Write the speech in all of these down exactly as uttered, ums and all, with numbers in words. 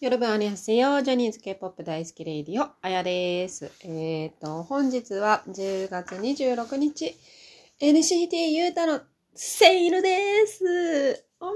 여러분 안녕하세요. ジャニーズ K-ポップ 大好きレイディオ、あやです。えっと、本日はじゅうがつにじゅうろくにち、エヌシーティー ユータのセールです。おめでとう、誕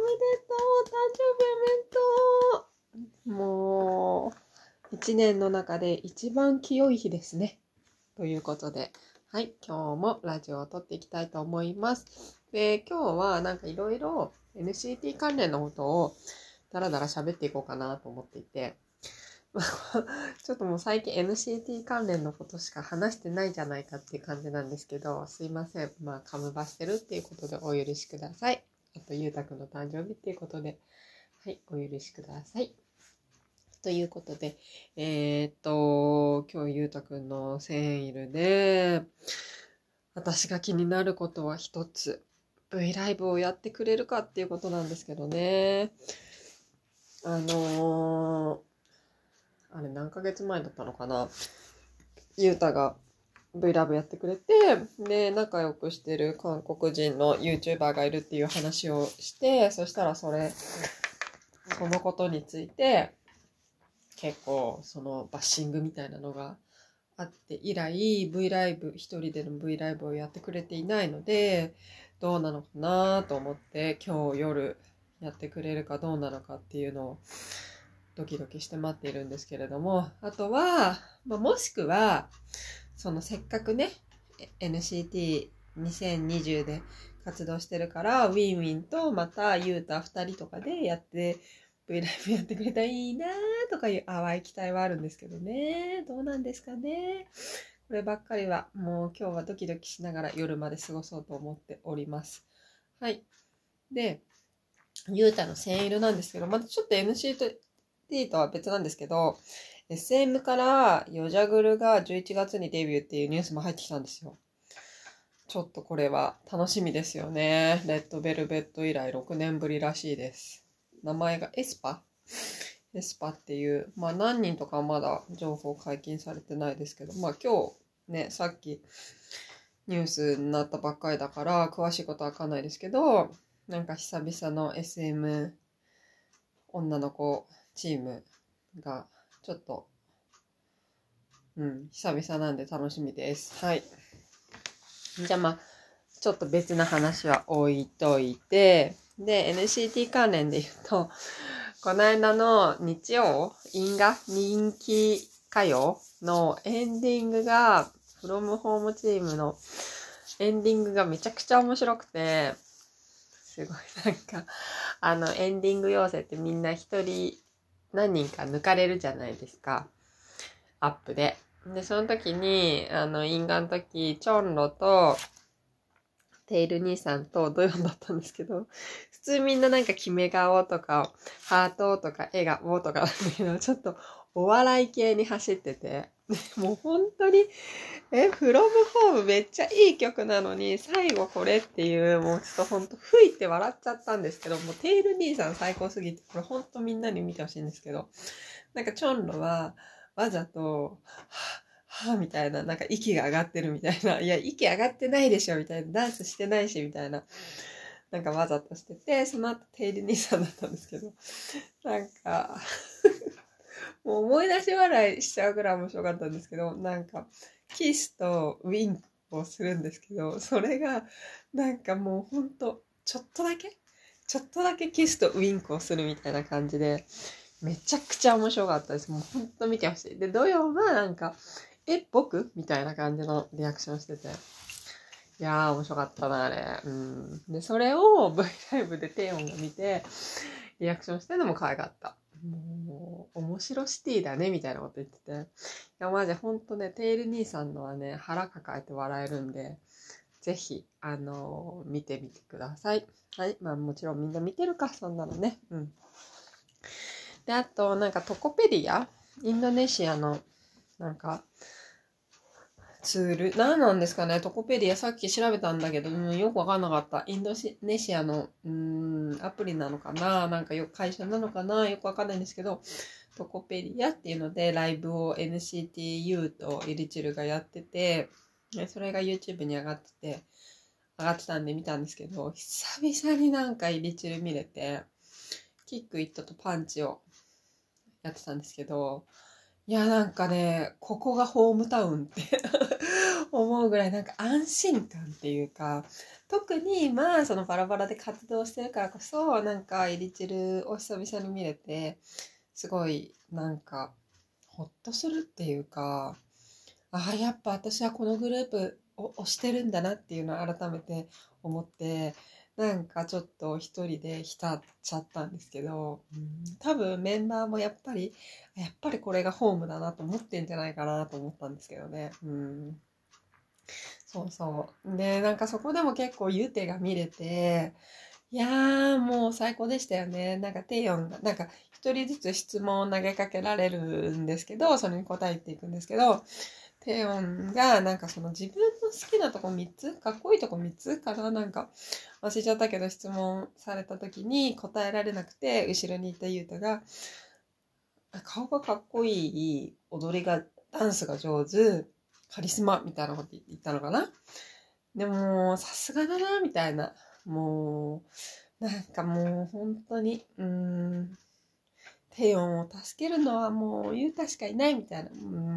生日おめでとう。もう、いちねんの中で一番清い日ですね。ということで、はい、今日もラジオを撮っていきたいと思います。で、今日はなんかいろいろ エヌシーティー 関連のことをだらだら喋っていこうかなと思っていて、ちょっともう最近 エヌシーティー 関連のことしか話してないじゃないかっていう感じなんですけど、すいません。まあ、カムバしてるっていうことでお許しください。あと、ゆうたくんの誕生日っていうことで、はい、お許しください。ということで、えー、っと、今日ゆうたくんのセールで、私が気になることは一つ、V ライブをやってくれるかっていうことなんですけどね。あのー、あれ何ヶ月前だったのかな。ゆうたが V ラブやってくれて、で、仲良くしてる韓国人の YouTuber がいるっていう話をして、そしたらそれ、そのことについて、結構そのバッシングみたいなのがあって以来、V ライブ、一人での V ライブをやってくれていないので、どうなのかなと思って、今日夜やってくれるかどうなのかっていうのをドキドキして待っているんですけれども、あとは、まあ、もしくは、そのせっかくね、エヌシーティーにせんにじゅう で活動してるから、ウィンウィンとまたユータふたりとかでやって、V ライブやってくれたらいいなとかいう淡い期待はあるんですけどね。どうなんですかね。こればっかりはもう今日はドキドキしながら夜まで過ごそうと思っております。はい。で、ユータのセールなんですけど、またちょっと エヌシーティー とは別なんですけど、エスエム からヨジャグルがじゅういちがつにデビューっていうニュースも入ってきたんですよ。ちょっとこれは楽しみですよね。レッドベルベット以来ろくねんぶりらしいです。名前がエスパエスパっていう、まあ何人とかはまだ情報解禁されてないですけど、まあ今日ね、さっきニュースになったばっかりだから詳しいことはわかんないですけど、なんか久々の エスエム 女の子チームがちょっと、うん、久々なんで楽しみです。はい。じゃあまあ、ちょっと別な話は置いといて、で、エヌシーティー 関連で言うと、この間の日曜、因果人気歌謡のエンディングが、from home チームのエンディングがめちゃくちゃ面白くて、すごいなんか、あの、エンディング要請ってみんな一人何人か抜かれるじゃないですか。アップで。で、その時に、あの、因果の時、チョンロと、テイル兄さんとドヨンだったんですけど、普通みんななんか決め顔とか、ハートとか笑顔とかなんだけど、ちょっとお笑い系に走ってて、もう本当に、え、フロムホームめっちゃいい曲なのに、最後これっていう、もうちょっとほんと吹いて笑っちゃったんですけど、もうテイル兄さん最高すぎて、これほんとみんなに見てほしいんですけど、なんかチョンロは、わざと、はぁ、みたいな、なんか息が上がってるみたいな、いや、息上がってないでしょみたいな、ダンスしてないしみたいな、なんかわざとしてて、その後テイル兄さんだったんですけど、なんか、もう思い出し笑いしちゃうぐらい面白かったんですけど、なんか、キスとウィンクをするんですけど、それが、なんかもうほんと、ちょっとだけちょっとだけキスとウィンクをするみたいな感じで、めちゃくちゃ面白かったです。もうほんと見てほしい。で、土曜はなんか、え、僕みたいな感じのリアクションしてて。いやー、面白かったな、あれ。うん。で、それを V ライブでテイオンが見て、リアクションしてるのも可愛かった。もう、面白シティだね、みたいなこと言ってて。いや、マジほんとね、テイル兄さんのはね、腹抱えて笑えるんで、ぜひ、あのー、見てみてください。はい。まあもちろんみんな見てるか、そんなのね。うん。で、あと、なんかトコペディアインドネシアの、なんか、ツール何なんですかね。トコペディアさっき調べたんだけど、うん、よくわかんなかった。インドネシアの、うん、アプリなのかななんかよ会社なのかなよくわかんないんですけど、トコペディアっていうのでライブを エヌシーティーユー とイリチルがやってて、それが YouTube に上がってて、上がってたんで見たんですけど、久々になんかイリチル見れて、キックイットとパンチをやってたんですけど、いや、なんかね、ここがホームタウンって思うぐらいなんか安心感っていうか、特にまあそのバラバラで活動してるからこそ、なんかエリチルを久々に見れて、すごいなんかほっとするっていうか、ああ、やっぱ私はこのグループを推してるんだなっていうのを改めて思って、なんかちょっと一人で浸っちゃったんですけど、うん、多分メンバーもやっぱり、やっぱりこれがホームだなと思ってんじゃないかなと思ったんですけどね。うん、そうそう。で、なんかそこでも結構ユテが見れて、いやーもう最高でしたよね。なんかテヨンが、なんか一人ずつ質問を投げかけられるんですけど、それに答えていくんですけど、テヨンがなんかその自分の好きなとこみっつ、かっこいいとこみっつかな、なんか忘れちゃったけど質問された時に答えられなくて、後ろにいたユータが、顔がかっこいい、踊りが、ダンスが上手、カリスマみたいなこと言ったのかな。でも、さすがだな、みたいな。もう、なんかもう本当に、うーん、テヨンを助けるのはもうユータしかいないみたいな。うん、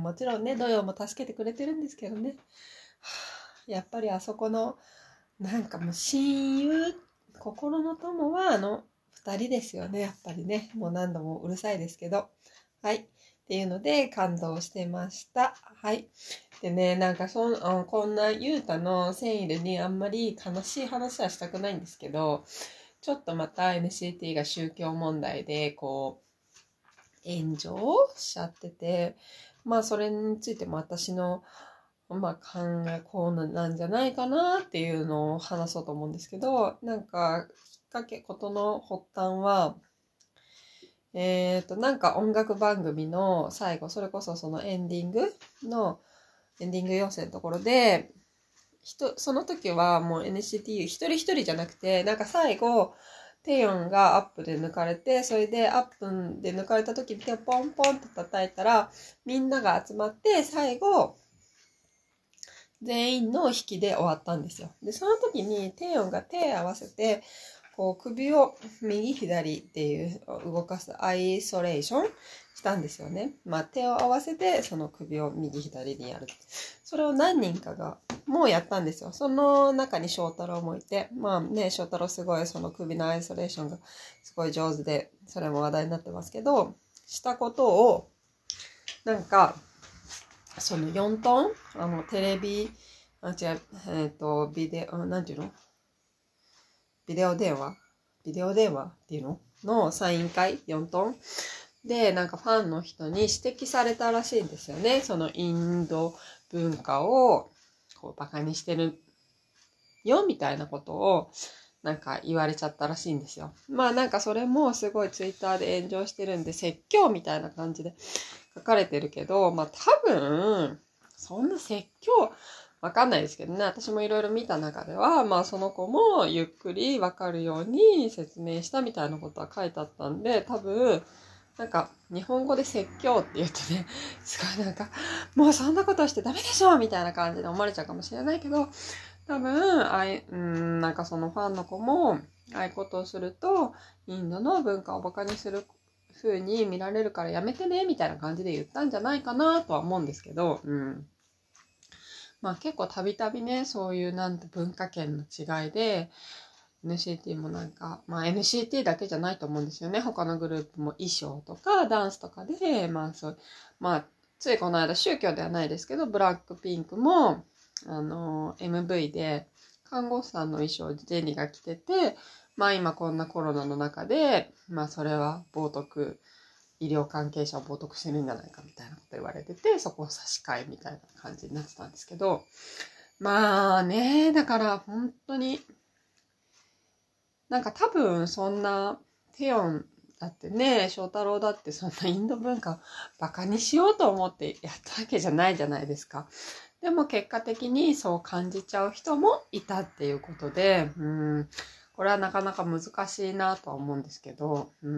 もちろんね、ドヨンも助けてくれてるんですけどね。はあ、やっぱりあそこの、なんかもう親友、心の友はあの二人ですよね、やっぱりね。もう何度もうるさいですけど。はい。っていうので感動してました。はい。でね、なんかそん、こんなユータのセイルにあんまり悲しい話はしたくないんですけど、ちょっとまた エヌシーティー が宗教問題で、こう、炎上しちゃってて、まあそれについても私の、まあ考えこうなんじゃないかなっていうのを話そうと思うんですけど、なんかきっかけ、ことの発端は、えっと、なんか音楽番組の最後、それこそそのエンディングの、エンディング予選のところで、人、その時はもう エヌシーティー 一人一人じゃなくて、なんか最後、テヨンがアップで抜かれて、それでアップで抜かれた時に手をポンポンと叩いたら、みんなが集まって、最後、全員の引きで終わったんですよ。で、その時にテヨンが手を合わせて、こう首を右左っていう動かすアイソレーションしたんですよね。まあ手を合わせてその首を右左にやる。それを何人かがもうやったんですよ。その中に翔太郎もいて、まあね、翔太郎すごいその首のアイソレーションがすごい上手で、それも話題になってますけど、したことをなんかそのよんトンあのテレビ、あ、違う、えっと、ビデオ、なんていうのビデオ電話ビデオ電話っていうののサイン会よんトンで、なんかファンの人に指摘されたらしいんですよね。そのインド文化をこうバカにしてるよみたいなことをなんか言われちゃったらしいんですよ。まあなんかそれもすごいツイッターで炎上してるんで説教みたいな感じで書かれてるけど、まあ多分そんな説教わかんないですけどね。私もいろいろ見た中では、まあその子もゆっくりわかるように説明したみたいなことは書いてあったんで、多分、なんか日本語で説教って言うとね、すごいなんか、もうそんなことしてダメでしょみたいな感じで思われちゃうかもしれないけど、多分、あい、うん、なんかそのファンの子も、ああいうことをすると、インドの文化をバカにする風に見られるからやめてね、みたいな感じで言ったんじゃないかなとは思うんですけど、うん。まあ結構たびたびね、そういうなんて文化圏の違いで、エヌシーティー もなんか、まあ エヌシーティー だけじゃないと思うんですよね。他のグループも衣装とかダンスとかで、まあそう、まあ、ついこの間宗教ではないですけど、ブラックピンクも、あの、エムブイ で看護師さんの衣装をジェニーが着てて、まあ今こんなコロナの中で、まあそれは冒涜、医療関係者を冒涜してるんじゃないかみたいなこと言われてて、そこを差し替えみたいな感じになってたんですけど、まあね、だから本当に、なんか多分そんな、テヨンだってね、翔太郎だってそんなインド文化バカにしようと思ってやったわけじゃないじゃないですか。でも結果的にそう感じちゃう人もいたっていうことで、うん、これはなかなか難しいなとは思うんですけど、うん、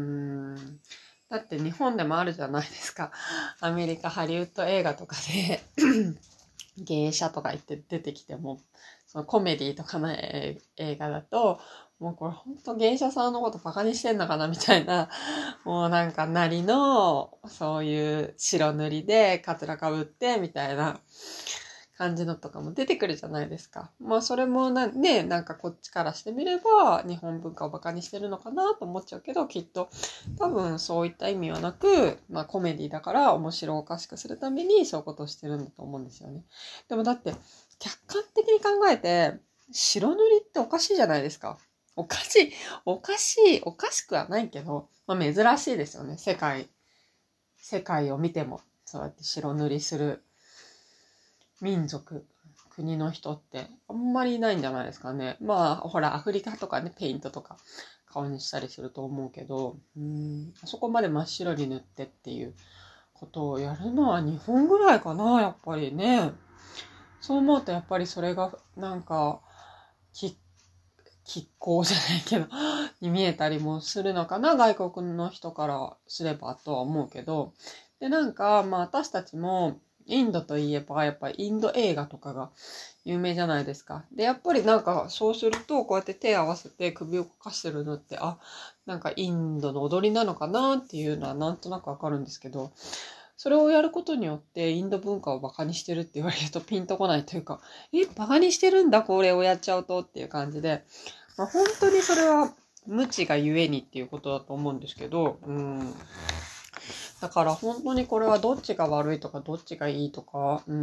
だって日本でもあるじゃないですか。アメリカ、ハリウッド映画とかで芸者とか言って出てきても、そのコメディとかの映画だと、 もうこれほんと芸者さんのことバカにしてんのかなみたいな、もうなんかなりの、そういう白塗りでカツラかぶってみたいな感じのとかも出てくるじゃないですか。まあそれもなね、なんかこっちからしてみれば日本文化をバカにしてるのかなと思っちゃうけど、きっと多分そういった意味はなく、まあコメディだから面白おかしくするためにそういうことをしてるんだと思うんですよね。でもだって客観的に考えて白塗りっておかしいじゃないですか。おかしい、おかしい、おかしくはないけど、まあ珍しいですよね。世界、世界を見てもそうやって白塗りする民族、国の人ってあんまりいないんじゃないですかね。まあ、ほら、アフリカとかね、ペイントとか顔にしたりすると思うけど、うん、あそこまで真っ白に塗ってっていうことをやるのは日本ぐらいかな、やっぱりね。そう思うとやっぱりそれがなんか、き、拮抗じゃないけど、に見えたりもするのかな、外国の人からすればとは思うけど。で、なんか、まあ私たちも、インドといえば、やっぱりインド映画とかが有名じゃないですか。で、やっぱりなんかそうすると、こうやって手を合わせて首を動かしてるのって、あ、なんかインドの踊りなのかなっていうのはなんとなくわかるんですけど、それをやることによってインド文化をバカにしてるって言われるとピンとこないというか、え、バカにしてるんだ、これをやっちゃうとっていう感じで、まあ、本当にそれは無知がゆえにっていうことだと思うんですけど、うん。だから本当にこれはどっちが悪いとかどっちがいいとか、うん、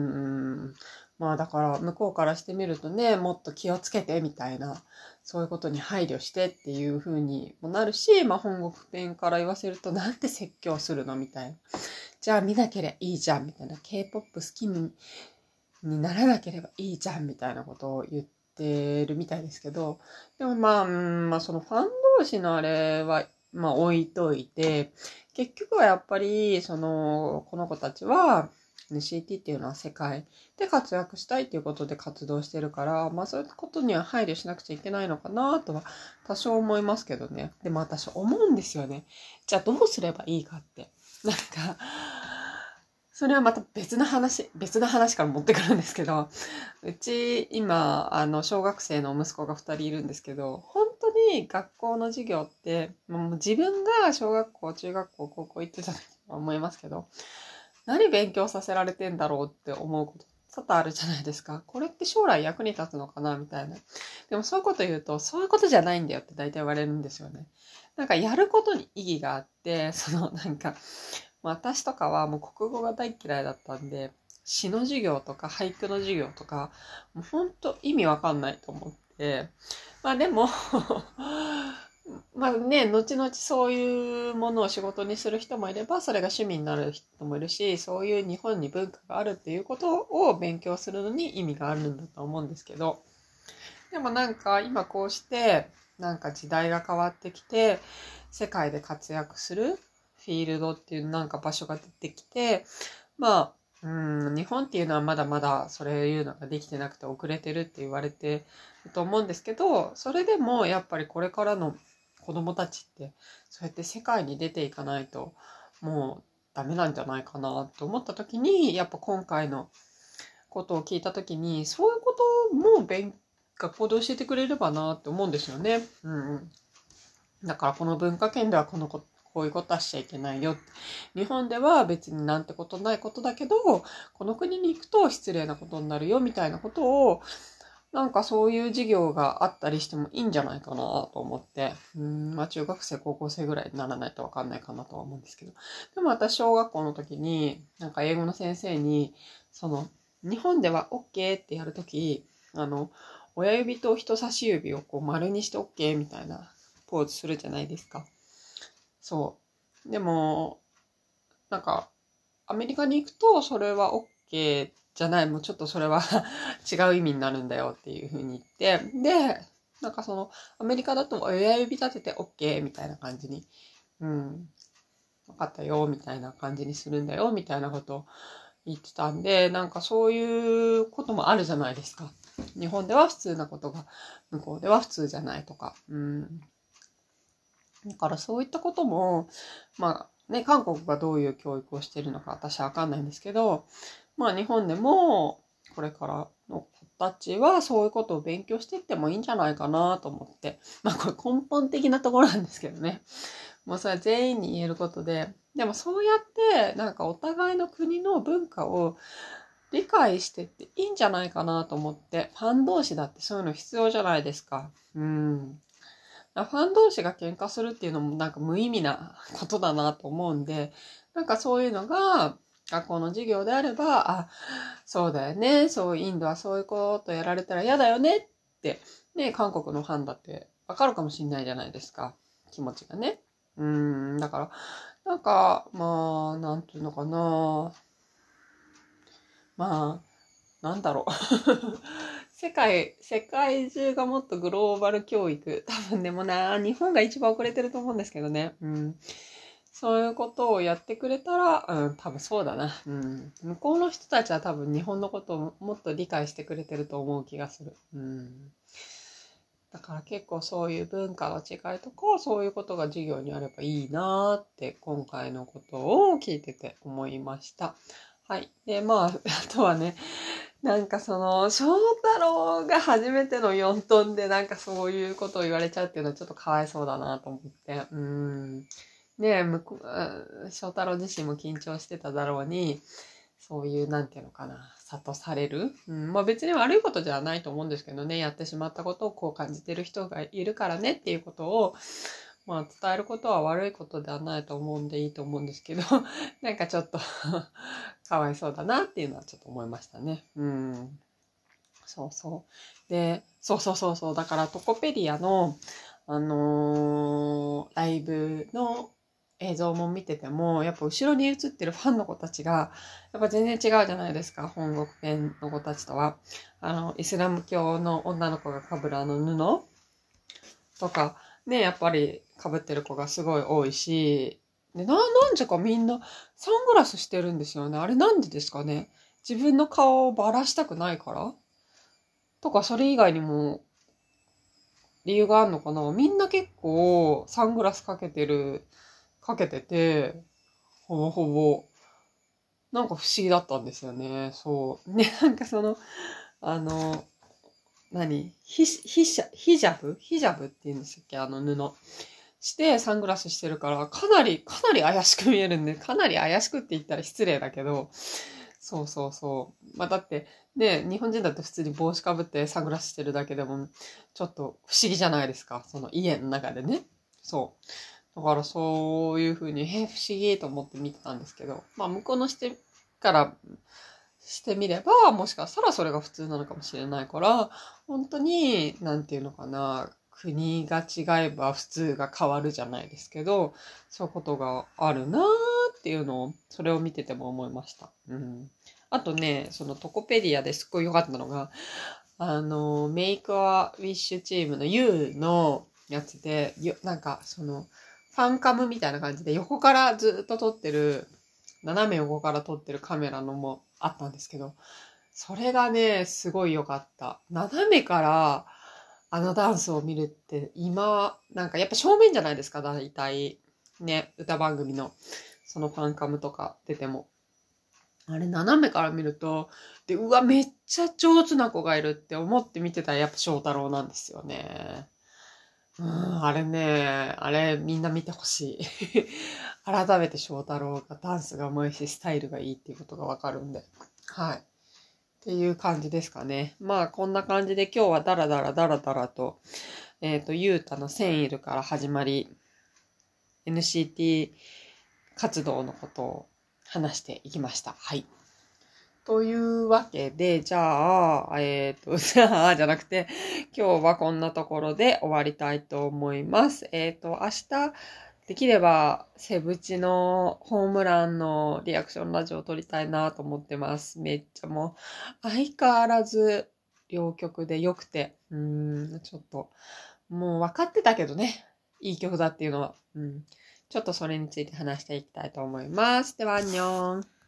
まあだから向こうからしてみるとね、もっと気をつけてみたいな、そういうことに配慮してっていう風にもなるし、まあ本国弁から言わせるとなんて説教するのみたいな。じゃあ見なければいいじゃんみたいな。K-ポップ 好きににならなければいいじゃんみたいなことを言ってるみたいですけど、でもまあ、うん、まあそのファン同士のあれは、まあ置いといて、結局はやっぱり、その、この子たちは、エヌシーティー っていうのは世界で活躍したいっていうことで活動してるから、まあそういうことには配慮しなくちゃいけないのかなとは多少思いますけどね。でも私思うんですよね。じゃあどうすればいいかって。なんか、それはまた別の話、別の話から持ってくるんですけど、うち今、あの、小学生の息子が二人いるんですけど、本当に学校の授業って、もう自分が小学校、中学校、高校行ってた時は思いますけど、何勉強させられてんだろうって思うこと多々あるじゃないですか。これって将来役に立つのかなみたいな。でもそういうこと言うと、そういうことじゃないんだよって大体言われるんですよね。なんかやることに意義があって、そのなんか、私とかはもう国語が大嫌いだったんで、詩の授業とか俳句の授業とか、もうほんと意味わかんないと思って、まあでもまあね、後々そういうものを仕事にする人もいれば、それが趣味になる人もいるし、そういう日本に文化があるっていうことを勉強するのに意味があるんだと思うんですけど、でもなんか今こうして、なんか時代が変わってきて、世界で活躍するフィールドっていうなんか場所が出てきて、まあ、うん、日本っていうのはまだまだそれいうのができてなくて遅れてるって言われてると思うんですけど、それでもやっぱりこれからの子供たちってそうやって世界に出ていかないともうダメなんじゃないかなと思った時に、やっぱ今回のことを聞いた時に、そういうことも勉学校で教えてくれればなって思うんですよね。うんうん。だからこの文化圏ではこのここういうことはしちゃいけないよ。日本では別になんてことないことだけど、この国に行くと失礼なことになるよみたいなことを、なんかそういう授業があったりしてもいいんじゃないかなと思って。うん、まあ中学生、高校生ぐらいにならないとわかんないかなとは思うんですけど。でも私小学校の時に、なんか英語の先生に、その、日本では OK ってやるとき、あの、親指と人差し指をこう丸にして OK みたいなポーズするじゃないですか。そう。でも、なんか、アメリカに行くと、それは OK じゃない、もうちょっとそれは違う意味になるんだよっていう風に言って、で、なんかその、アメリカだと親指立てて OK みたいな感じに、うん、分かったよ、みたいな感じにするんだよ、みたいなことを言ってたんで、なんかそういうこともあるじゃないですか。日本では普通なことが、向こうでは普通じゃないとか。うん。だからそういったことも、まあね、韓国がどういう教育をしているのか私はわかんないんですけど、まあ日本でもこれからの子たちはそういうことを勉強していってもいいんじゃないかなと思って。まあこれ根本的なところなんですけどね。もうそれは全員に言えることで。でもそうやってなんかお互いの国の文化を理解してっていいんじゃないかなと思って。ファン同士だってそういうの必要じゃないですか。うん。ファン同士が喧嘩するっていうのもなんか無意味なことだなと思うんで、なんかそういうのが学校の授業であれば、あ、そうだよね、そうインドはそういうことやられたら嫌だよねって、ね、韓国のファンだってわかるかもしれないじゃないですか。気持ちがね。うーん、だから、なんか、まあ、なんていうのかな。まあ、なんだろう。世界、世界中がもっとグローバル教育。多分でもな、日本が一番遅れてると思うんですけどね。うん。そういうことをやってくれたら、うん、多分そうだな。うん。向こうの人たちは多分日本のことをもっと理解してくれてると思う気がする。うん。だから結構そういう文化の違いとか、そういうことが授業にあればいいなーって今回のことを聞いてて思いました。はい。で、まあ、あとはね、なんかその、翔太郎が初めてのよんトンでなんかそういうことを言われちゃうっていうのはちょっとかわいそうだなと思って。うん。ねえ、向こう、翔太郎自身も緊張してただろうに、そういう、なんていうのかな、諭される。うん、まあ別に悪いことじゃないと思うんですけどね、やってしまったことをこう感じてる人がいるからねっていうことを、まあ伝えることは悪いことではないと思うんでいいと思うんですけど、なんかちょっとかわいそうだなっていうのはちょっと思いましたね。うん。そうそう。で、そうそうそうそう。だからトコペディアの、あのーライブの映像も見てても、やっぱ後ろに映ってるファンの子たちが、やっぱ全然違うじゃないですか。本国圏の子たちとは。あの、イスラム教の女の子が被るあの布とか、ね、やっぱり被ってる子がすごい多いし、で、な、なんじゃかみんなサングラスしてるんですよね。あれなんでですかね。自分の顔をばらしたくないからとか、それ以外にも理由があるのかな。みんな結構サングラスかけてる、かけてて、ほぼほぼ、なんか不思議だったんですよね。そう。ね、なんかその、あの、何ヒ、ヒシャ、ヒジャブヒジャブって言うんですっけあの布。してサングラスしてるから、かなり、かなり怪しく見えるんで、かなり怪しくって言ったら失礼だけど、そうそうそう。まあだって、ね、日本人だって普通に帽子かぶってサングラスしてるだけでも、ちょっと不思議じゃないですか。その家の中でね。そう。だからそういうふうに、え、不思議と思って見てたんですけど、まあ向こうのしてからしてみれば、もしかしたらそれが普通なのかもしれないから、本当に、なんていうのかな、国が違えば普通が変わるじゃないですけど、そういうことがあるなーっていうのを、それを見てても思いました。うん。あとね、そのトコペディアですっごい良かったのが、あの、メイクアウィッシュチームの ユー のやつで、よなんかその、ファンカムみたいな感じで横からずっと撮ってる、斜め横から撮ってるカメラのもあったんですけど、それがね、すごい良かった。斜めからあのダンスを見るって今、なんかやっぱ正面じゃないですか、大体。ね、歌番組の、そのファンカムとか出ても。あれ斜めから見ると、で、うわ、めっちゃ上手な子がいるって思って見てたらやっぱ翔太郎なんですよね。うん、あれね、あれみんな見てほしい。改めて翔太郎がダンスが上手いし、スタイルがいいっていうことがわかるんで。はい。っていう感じですかね。まあ、こんな感じで今日はダラダラダラダラと、えっと、ゆうたのセンイルから始まり、エヌシーティー 活動のことを話していきました。はい。というわけで、じゃあ、えっと、じゃあ、じゃなくて、今日はこんなところで終わりたいと思います。えっと、明日、できれば、セブチのホームランのリアクションラジオを撮りたいなと思ってます。めっちゃもう、相変わらず、両曲で良くて、うーん、ちょっと、もう分かってたけどね、いい曲だっていうのは、うん。ちょっとそれについて話していきたいと思います。では、アンニョン。